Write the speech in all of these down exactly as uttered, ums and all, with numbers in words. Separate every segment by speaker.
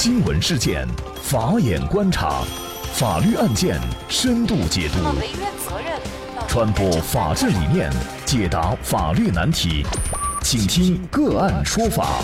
Speaker 1: 新闻事件，法眼观察，法律案件深度解读，传播法治理念，解答法律难题，请听个案说法。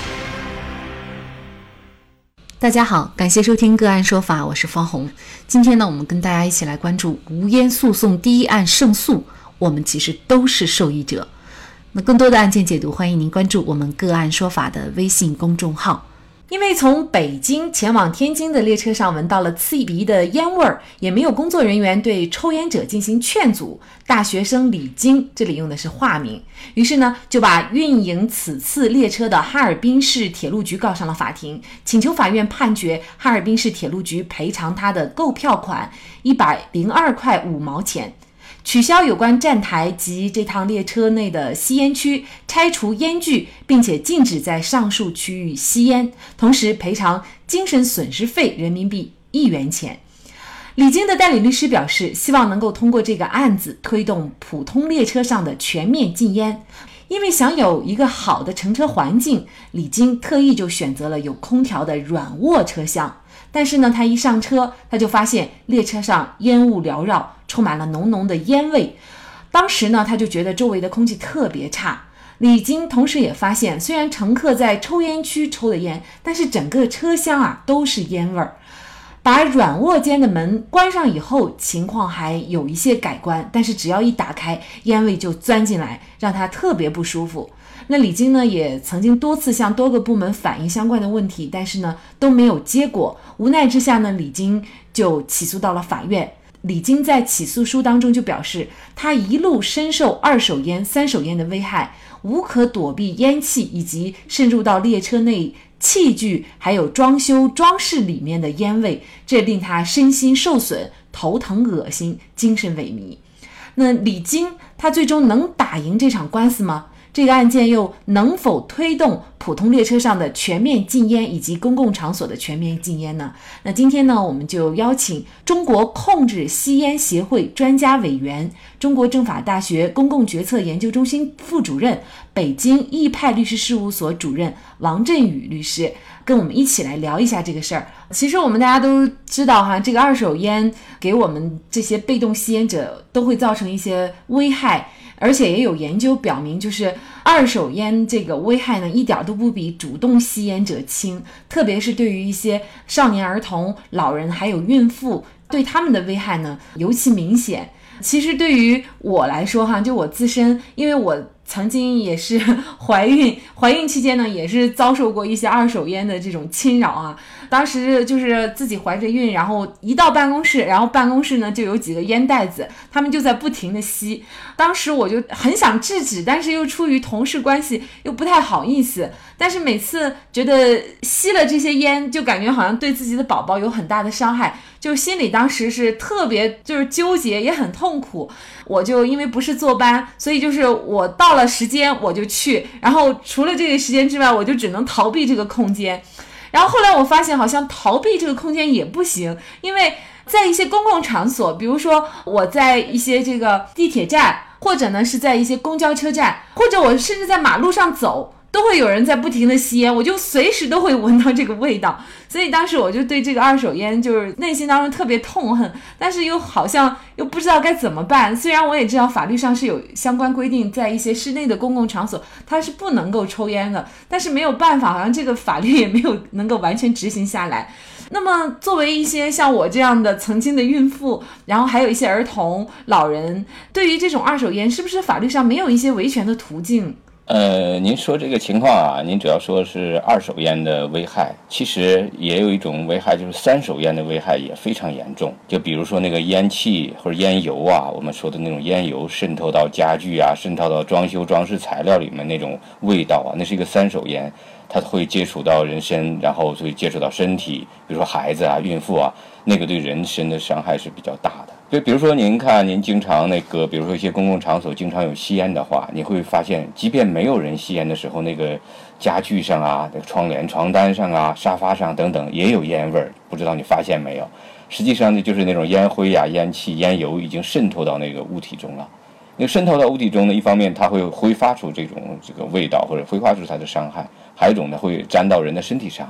Speaker 2: 大家好，感谢收听个案说法，我是方红。今天呢，我们跟大家一起来关注无烟诉讼第一案胜诉，我们其实都是受益者。那更多的案件解读，欢迎您关注我们个案说法的微信公众号。因为从北京前往天津的列车上闻到了刺鼻的烟味儿，也没有工作人员对抽烟者进行劝阻，大学生李晶，这里用的是化名，于是呢就把运营此次列车的哈尔滨市铁路局告上了法庭，请求法院判决哈尔滨市铁路局赔偿他的购票款一百零二块五毛钱，取消有关站台及这趟列车内的吸烟区，拆除烟具，并且禁止在上述区域吸烟，同时赔偿精神损失费人民币一元钱。李晶的代理律师表示，希望能够通过这个案子推动普通列车上的全面禁烟。因为想有一个好的乘车环境，李晶特意就选择了有空调的软卧车厢。但是呢，他一上车，他就发现列车上烟雾缭绕，充满了浓浓的烟味。当时呢，他就觉得周围的空气特别差。李晶同时也发现，虽然乘客在抽烟区抽的烟，但是整个车厢啊都是烟味儿。把软卧间的门关上以后，情况还有一些改观，但是只要一打开，烟味就钻进来，让他特别不舒服。那李晶呢，也曾经多次向多个部门反映相关的问题，但是呢都没有结果。无奈之下呢，李晶就起诉到了法院。李晶在起诉书当中就表示，他一路深受二手烟、三手烟的危害，无可躲避烟气以及渗入到列车内器具还有装修装饰里面的烟味，这令他身心受损，头疼恶心，精神萎靡。那李晶他最终能打赢这场官司吗？这个案件又能否推动普通列车上的全面禁烟以及公共场所的全面禁烟呢？那今天呢，我们就邀请中国控制吸烟协会专家委员、中国政法大学公共决策研究中心副主任、北京易派律师事务所主任王振宇律师，跟我们一起来聊一下这个事儿。其实我们大家都知道哈，这个二手烟给我们这些被动吸烟者都会造成一些危害，而且也有研究表明，就是二手烟这个危害呢，一点都不比主动吸烟者轻，特别是对于一些少年儿童、老人还有孕妇，对他们的危害呢尤其明显。其实对于我来说哈，就我自身，因为我曾经也是怀孕，怀孕期间呢也是遭受过一些二手烟的这种侵扰啊。当时就是自己怀着孕，然后一到办公室，然后办公室呢就有几个烟袋子，他们就在不停的吸。当时我就很想制止，但是又出于同事关系又不太好意思。但是每次觉得吸了这些烟，就感觉好像对自己的宝宝有很大的伤害，就心里当时是特别就是纠结，也很痛苦。我就因为不是坐班，所以就是我到了时间我就去，然后除了这个时间之外，我就只能逃避这个空间。然后后来我发现好像逃避这个空间也不行，因为在一些公共场所，比如说我在一些这个地铁站，或者呢是在一些公交车站，或者我甚至在马路上走，都会有人在不停的吸烟，我就随时都会闻到这个味道。所以当时我就对这个二手烟就是内心当中特别痛恨，但是又好像又不知道该怎么办。虽然我也知道法律上是有相关规定，在一些室内的公共场所它是不能够抽烟的，但是没有办法，好像这个法律也没有能够完全执行下来。那么作为一些像我这样的曾经的孕妇，然后还有一些儿童、老人，对于这种二手烟是不是法律上没有一些维权的途径？
Speaker 3: 呃，您说这个情况啊，您主要说是二手烟的危害，其实也有一种危害，就是三手烟的危害也非常严重。就比如说那个烟气或者烟油啊，我们说的那种烟油渗透到家具啊，渗透到装修装饰材料里面那种味道啊，那是一个三手烟，它会接触到人身，然后会接触到身体，比如说孩子啊、孕妇啊，那个对人身的伤害是比较大的。就比如说您看，您经常那个，比如说一些公共场所经常有吸烟的话，你会发现，即便没有人吸烟的时候，那个家具上啊、那个窗帘、床单上啊、沙发上等等也有烟味儿，不知道你发现没有？实际上呢，就是那种烟灰呀、烟气、烟油已经渗透到那个物体中了。那个渗透到物体中呢，一方面它会挥发出这种这个味道，或者挥发出它的伤害；还有一种呢，会沾到人的身体上。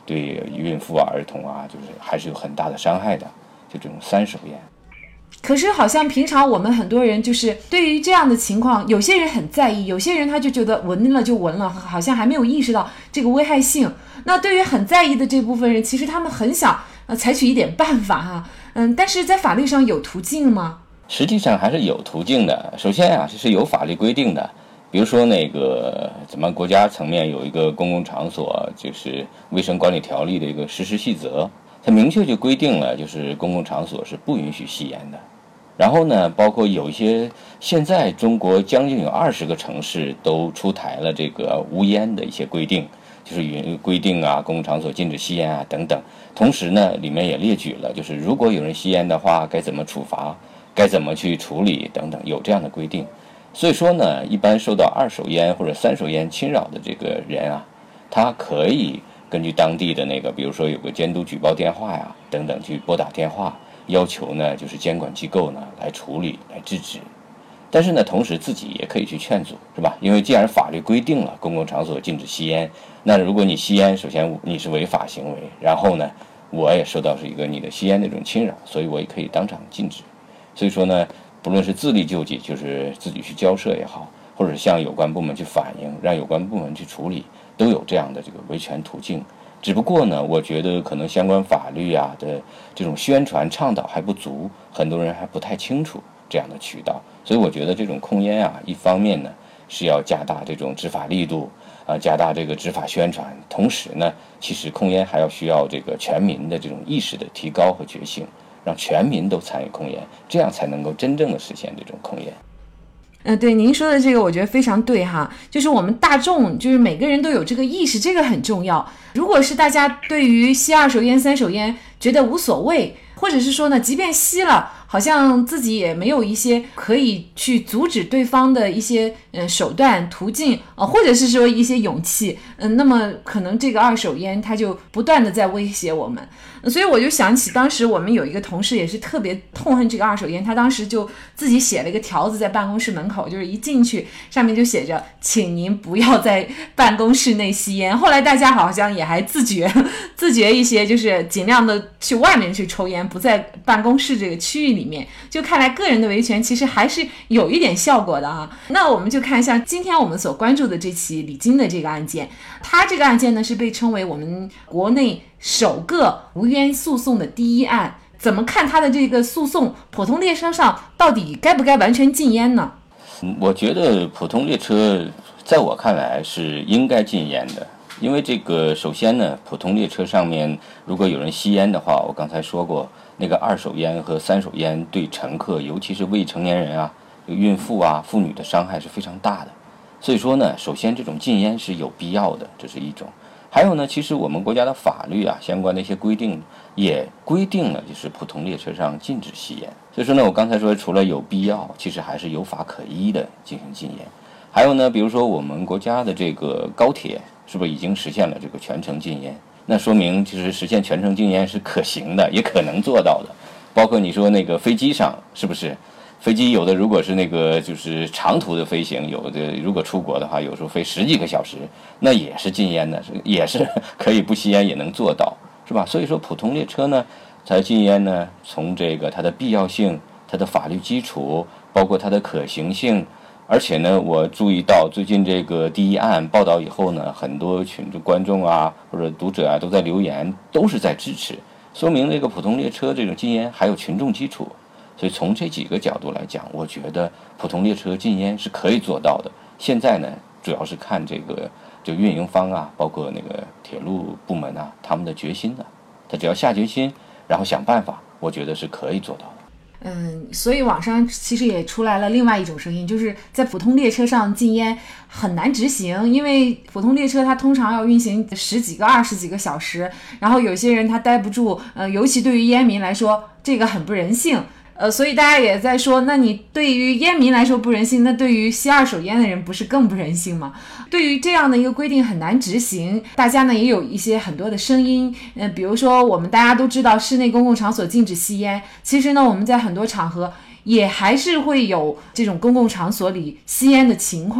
Speaker 3: 对孕妇啊、儿童啊，就是还是有很大的伤害的。就这种三手烟。
Speaker 2: 可是好像平常我们很多人就是对于这样的情况，有些人很在意，有些人他就觉得闻了就闻了，好像还没有意识到这个危害性。那对于很在意的这部分人，其实他们很想呃采取一点办法哈、啊，嗯，但是在法律上有途径吗？
Speaker 3: 实际上还是有途径的。首先啊，这是有法律规定的，比如说那个咱们国家层面有一个公共场所就是卫生管理条例的一个实施细则，它明确就规定了，就是公共场所是不允许吸烟的。然后呢，包括有一些现在中国将近有二十个城市都出台了这个无烟的一些规定，就是允规定啊，公共场所禁止吸烟啊等等。同时呢，里面也列举了，就是如果有人吸烟的话，该怎么处罚，该怎么去处理等等，有这样的规定。所以说呢，一般受到二手烟或者三手烟侵扰的这个人啊，他可以根据当地的那个，比如说有个监督举报电话呀等等，去拨打电话。要求呢，就是监管机构呢来处理、来制止，但是呢，同时自己也可以去劝阻，是吧？因为既然法律规定了公共场所禁止吸烟，那如果你吸烟，首先你是违法行为，然后呢，我也受到是一个你的吸烟的这种侵扰，所以我也可以当场禁止。所以说呢，不论是自力救济，就是自己去交涉也好，或者向有关部门去反映，让有关部门去处理，都有这样的这个维权途径。只不过呢，我觉得可能相关法律啊的这种宣传倡导还不足，很多人还不太清楚这样的渠道。所以我觉得这种控烟啊，一方面呢是要加大这种执法力度啊、呃，加大这个执法宣传，同时呢，其实控烟还要需要这个全民的这种意识的提高和觉醒，让全民都参与控烟，这样才能够真正的实现这种控烟。
Speaker 2: 呃，对您说的这个，我觉得非常对哈，就是我们大众，就是每个人都有这个意识，这个很重要。如果是大家对于吸二手烟、三手烟觉得无所谓，或者是说呢，即便吸了，好像自己也没有一些可以去阻止对方的一些呃手段途径啊、呃，或者是说一些勇气，嗯、呃，那么可能这个二手烟它就不断的在威胁我们。所以我就想起当时我们有一个同事也是特别痛恨这个二手烟，他当时就自己写了一个条子在办公室门口，就是一进去上面就写着请您不要在办公室内吸烟。后来大家好像也还自觉自觉一些，就是尽量的去外面去抽烟，不在办公室这个区域里面。就看来个人的维权其实还是有一点效果的啊。那我们就看一下今天我们所关注的这起李金的这个案件，它这个案件呢是被称为我们国内首个无烟诉讼的第一案。怎么看它的这个诉讼，普通列车上到底该不该完全禁烟呢？
Speaker 3: 我觉得普通列车在我看来是应该禁烟的，因为这个首先呢，普通列车上面如果有人吸烟的话，我刚才说过，那个二手烟和三手烟对乘客，尤其是未成年人啊、孕妇啊、妇女的伤害是非常大的。所以说呢，首先这种禁烟是有必要的，这是一种。还有呢，其实我们国家的法律啊，相关的一些规定也规定了，就是普通列车上禁止吸烟。所以说呢，我刚才说除了有必要，其实还是有法可依的进行禁烟。还有呢，比如说我们国家的这个高铁是不是已经实现了这个全程禁烟？那说明其实实现全程禁烟是可行的，也可能做到的。包括你说那个飞机上是不是？飞机有的如果是那个就是长途的飞行，有的如果出国的话，有时候飞十几个小时，那也是禁烟的，也是可以不吸烟也能做到，是吧？所以说普通列车呢，才禁烟呢，从这个它的必要性、它的法律基础，包括它的可行性。而且呢，我注意到最近这个第一案报道以后呢，很多群众观众啊或者读者啊都在留言，都是在支持，说明这个普通列车这种禁烟还有群众基础。所以从这几个角度来讲，我觉得普通列车禁烟是可以做到的。现在呢，主要是看这个就运营方啊，包括那个铁路部门啊，他们的决心的。他只要下决心，然后想办法，我觉得是可以做到的。
Speaker 2: 嗯，所以网上其实也出来了另外一种声音，就是在普通列车上禁烟很难执行，因为普通列车它通常要运行十几个、二十几个小时，然后有些人他待不住，呃，尤其对于烟民来说，这个很不人性。呃，所以大家也在说，那你对于烟民来说不人性，那对于吸二手烟的人不是更不人性吗？对于这样的一个规定很难执行，大家呢也有一些很多的声音，呃，比如说我们大家都知道室内公共场所禁止吸烟，其实呢我们在很多场合也还是会有这种公共场所里吸烟的情况。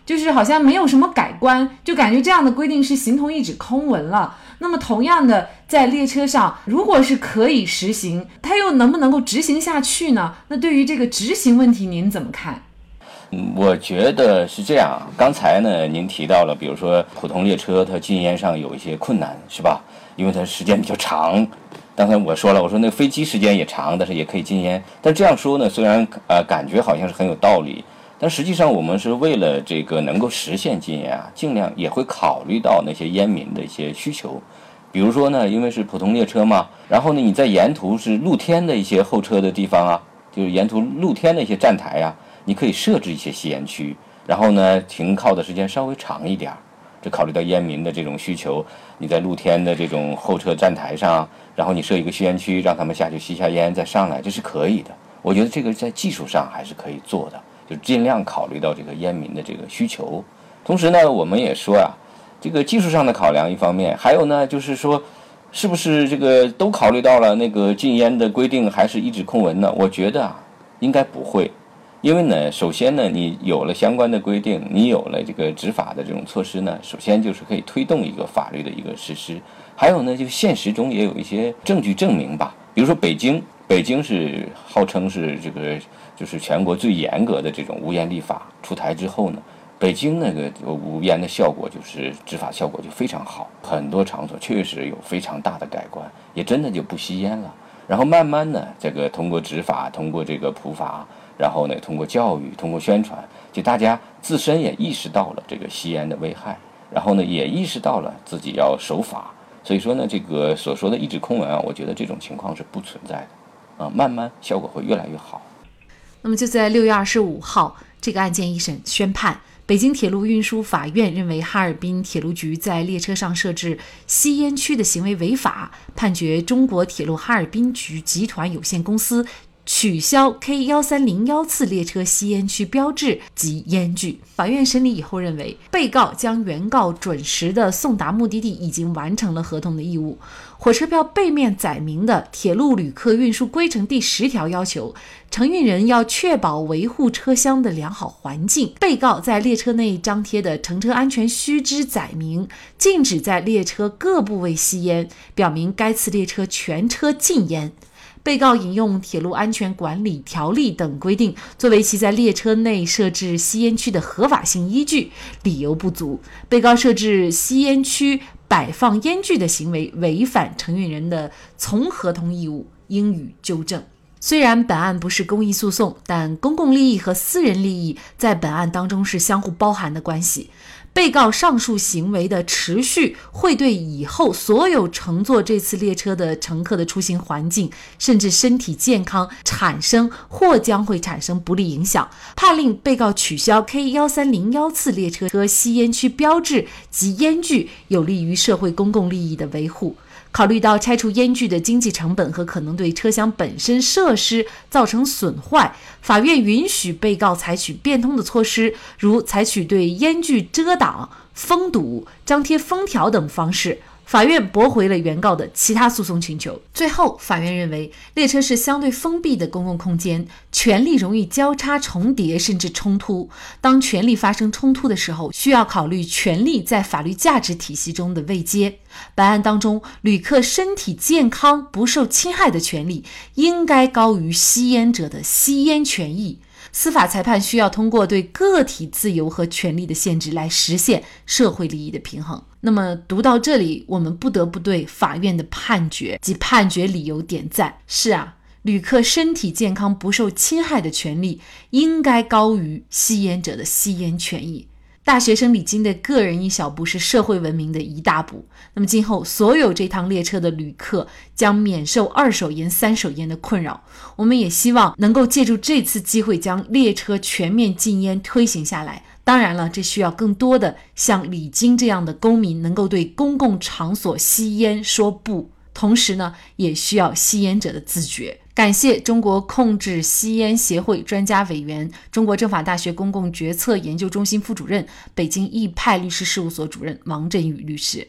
Speaker 2: 就是好像没有什么改观，就感觉这样的规定是形同一纸空文了。那么同样的，在列车上如果是可以实行，它又能不能够执行下去呢？那对于这个执行问题您怎么看？
Speaker 3: 嗯，我觉得是这样。刚才呢您提到了比如说普通列车它禁烟上有一些困难，是吧？因为它时间比较长。刚才我说了，我说那个飞机时间也长，但是也可以禁烟。但这样说呢，虽然呃感觉好像是很有道理，但实际上我们是为了这个能够实现禁烟啊，尽量也会考虑到那些烟民的一些需求。比如说呢，因为是普通列车嘛，然后呢你在沿途是露天的一些候车的地方啊，就是沿途露天的一些站台啊，你可以设置一些吸烟区，然后呢停靠的时间稍微长一点，这考虑到烟民的这种需求，你在露天的这种候车站台上，然后你设一个吸烟区，让他们下去吸下烟再上来，这是可以的。我觉得这个在技术上还是可以做的，就尽量考虑到这个烟民的这个需求。同时呢，我们也说啊，这个技术上的考量一方面，还有呢就是说是不是这个都考虑到了那个禁烟的规定还是一纸空文呢？我觉得啊应该不会。因为呢，首先呢，你有了相关的规定，你有了这个执法的这种措施呢，首先就是可以推动一个法律的一个实施。还有呢，就现实中也有一些证据证明吧，比如说北京，北京是号称是这个就是全国最严格的这种无烟立法出台之后呢，北京那个无烟的效果就是执法效果就非常好，很多场所确实有非常大的改观，也真的就不吸烟了。然后慢慢的，这个通过执法，通过这个普法，然后呢，通过教育，通过宣传，就大家自身也意识到了这个吸烟的危害，然后呢，也意识到了自己要守法。所以说呢，这个所说的一纸空文啊，我觉得这种情况是不存在的，啊，慢慢效果会越来越好。
Speaker 2: 那么就在六月二十五号，这个案件一审宣判，北京铁路运输法院认为哈尔滨铁路局在列车上设置吸烟区的行为违法，判决中国铁路哈尔滨局集团有限公司取消 K 一三零一次列车吸烟区标志及烟具。法院审理以后认为，被告将原告准时的送达目的地已经完成了合同的义务。火车票背面载明的铁路旅客运输规程第十条要求，承运人要确保维护车厢的良好环境。被告在列车内张贴的乘车安全须知载明，禁止在列车各部位吸烟，表明该次列车全车禁烟。被告引用《铁路安全管理条例》等规定作为其在列车内设置吸烟区的合法性依据，理由不足。被告设置吸烟区摆放烟具的行为违反承运人的从合同义务，应予纠正。虽然本案不是公益诉讼，但公共利益和私人利益在本案当中是相互包含的关系。被告上述行为的持续会对以后所有乘坐这次列车的乘客的出行环境甚至身体健康产生或将会产生不利影响，判令被告取消 K 一三零一次列车和吸烟区标志及烟具，有利于社会公共利益的维护。考虑到拆除烟具的经济成本和可能对车厢本身设施造成损坏，法院允许被告采取变通的措施，如采取对烟具遮挡、封堵、张贴封条等方式。法院驳回了原告的其他诉讼请求。最后，法院认为，列车是相对封闭的公共空间，权利容易交叉重叠甚至冲突。当权利发生冲突的时候，需要考虑权利在法律价值体系中的位阶。本案当中，旅客身体健康不受侵害的权利应该高于吸烟者的吸烟权益。司法裁判需要通过对个体自由和权利的限制来实现社会利益的平衡。那么读到这里，我们不得不对法院的判决及判决理由点赞。是啊，旅客身体健康不受侵害的权利应该高于吸烟者的吸烟权益。大学生李金的个人一小步是社会文明的一大步。那么今后所有这趟列车的旅客将免受二手烟、三手烟的困扰。我们也希望能够借助这次机会将列车全面禁烟推行下来。当然了，这需要更多的像李金这样的公民能够对公共场所吸烟说不，同时呢，也需要吸烟者的自觉。感谢中国控制吸烟协会专家委员、中国政法大学公共决策研究中心副主任、北京易派律师事务所主任王振宇律师。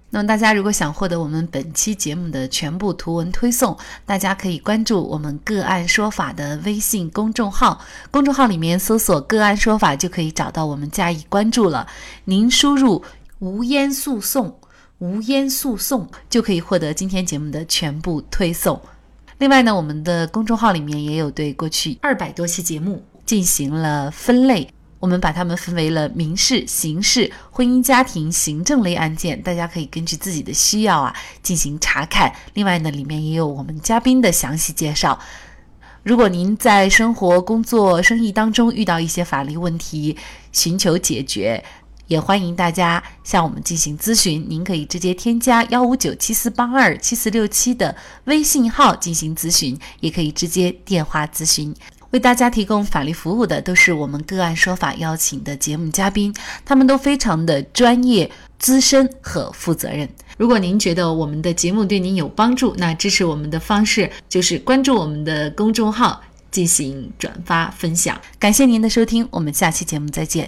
Speaker 2: 那么大家如果想获得我们本期节目的全部图文推送，大家可以关注我们个案说法的微信公众号，公众号里面搜索个案说法就可以找到我们加以关注了。您输入无烟诉讼无烟诉讼就可以获得今天节目的全部推送。另外呢，我们的公众号里面也有对过去二百多期节目进行了分类，我们把它们分为了民事、刑事、婚姻家庭、行政类案件，大家可以根据自己的需要啊进行查看。另外呢，里面也有我们嘉宾的详细介绍。如果您在生活、工作、生意当中遇到一些法律问题，寻求解决，也欢迎大家向我们进行咨询。您可以直接添加一五九七四八二七四六七的微信号进行咨询，也可以直接电话咨询。为大家提供法律服务的都是我们个案说法邀请的节目嘉宾，他们都非常的专业、资深和负责任。如果您觉得我们的节目对您有帮助，那支持我们的方式就是关注我们的公众号进行转发分享。感谢您的收听，我们下期节目再见。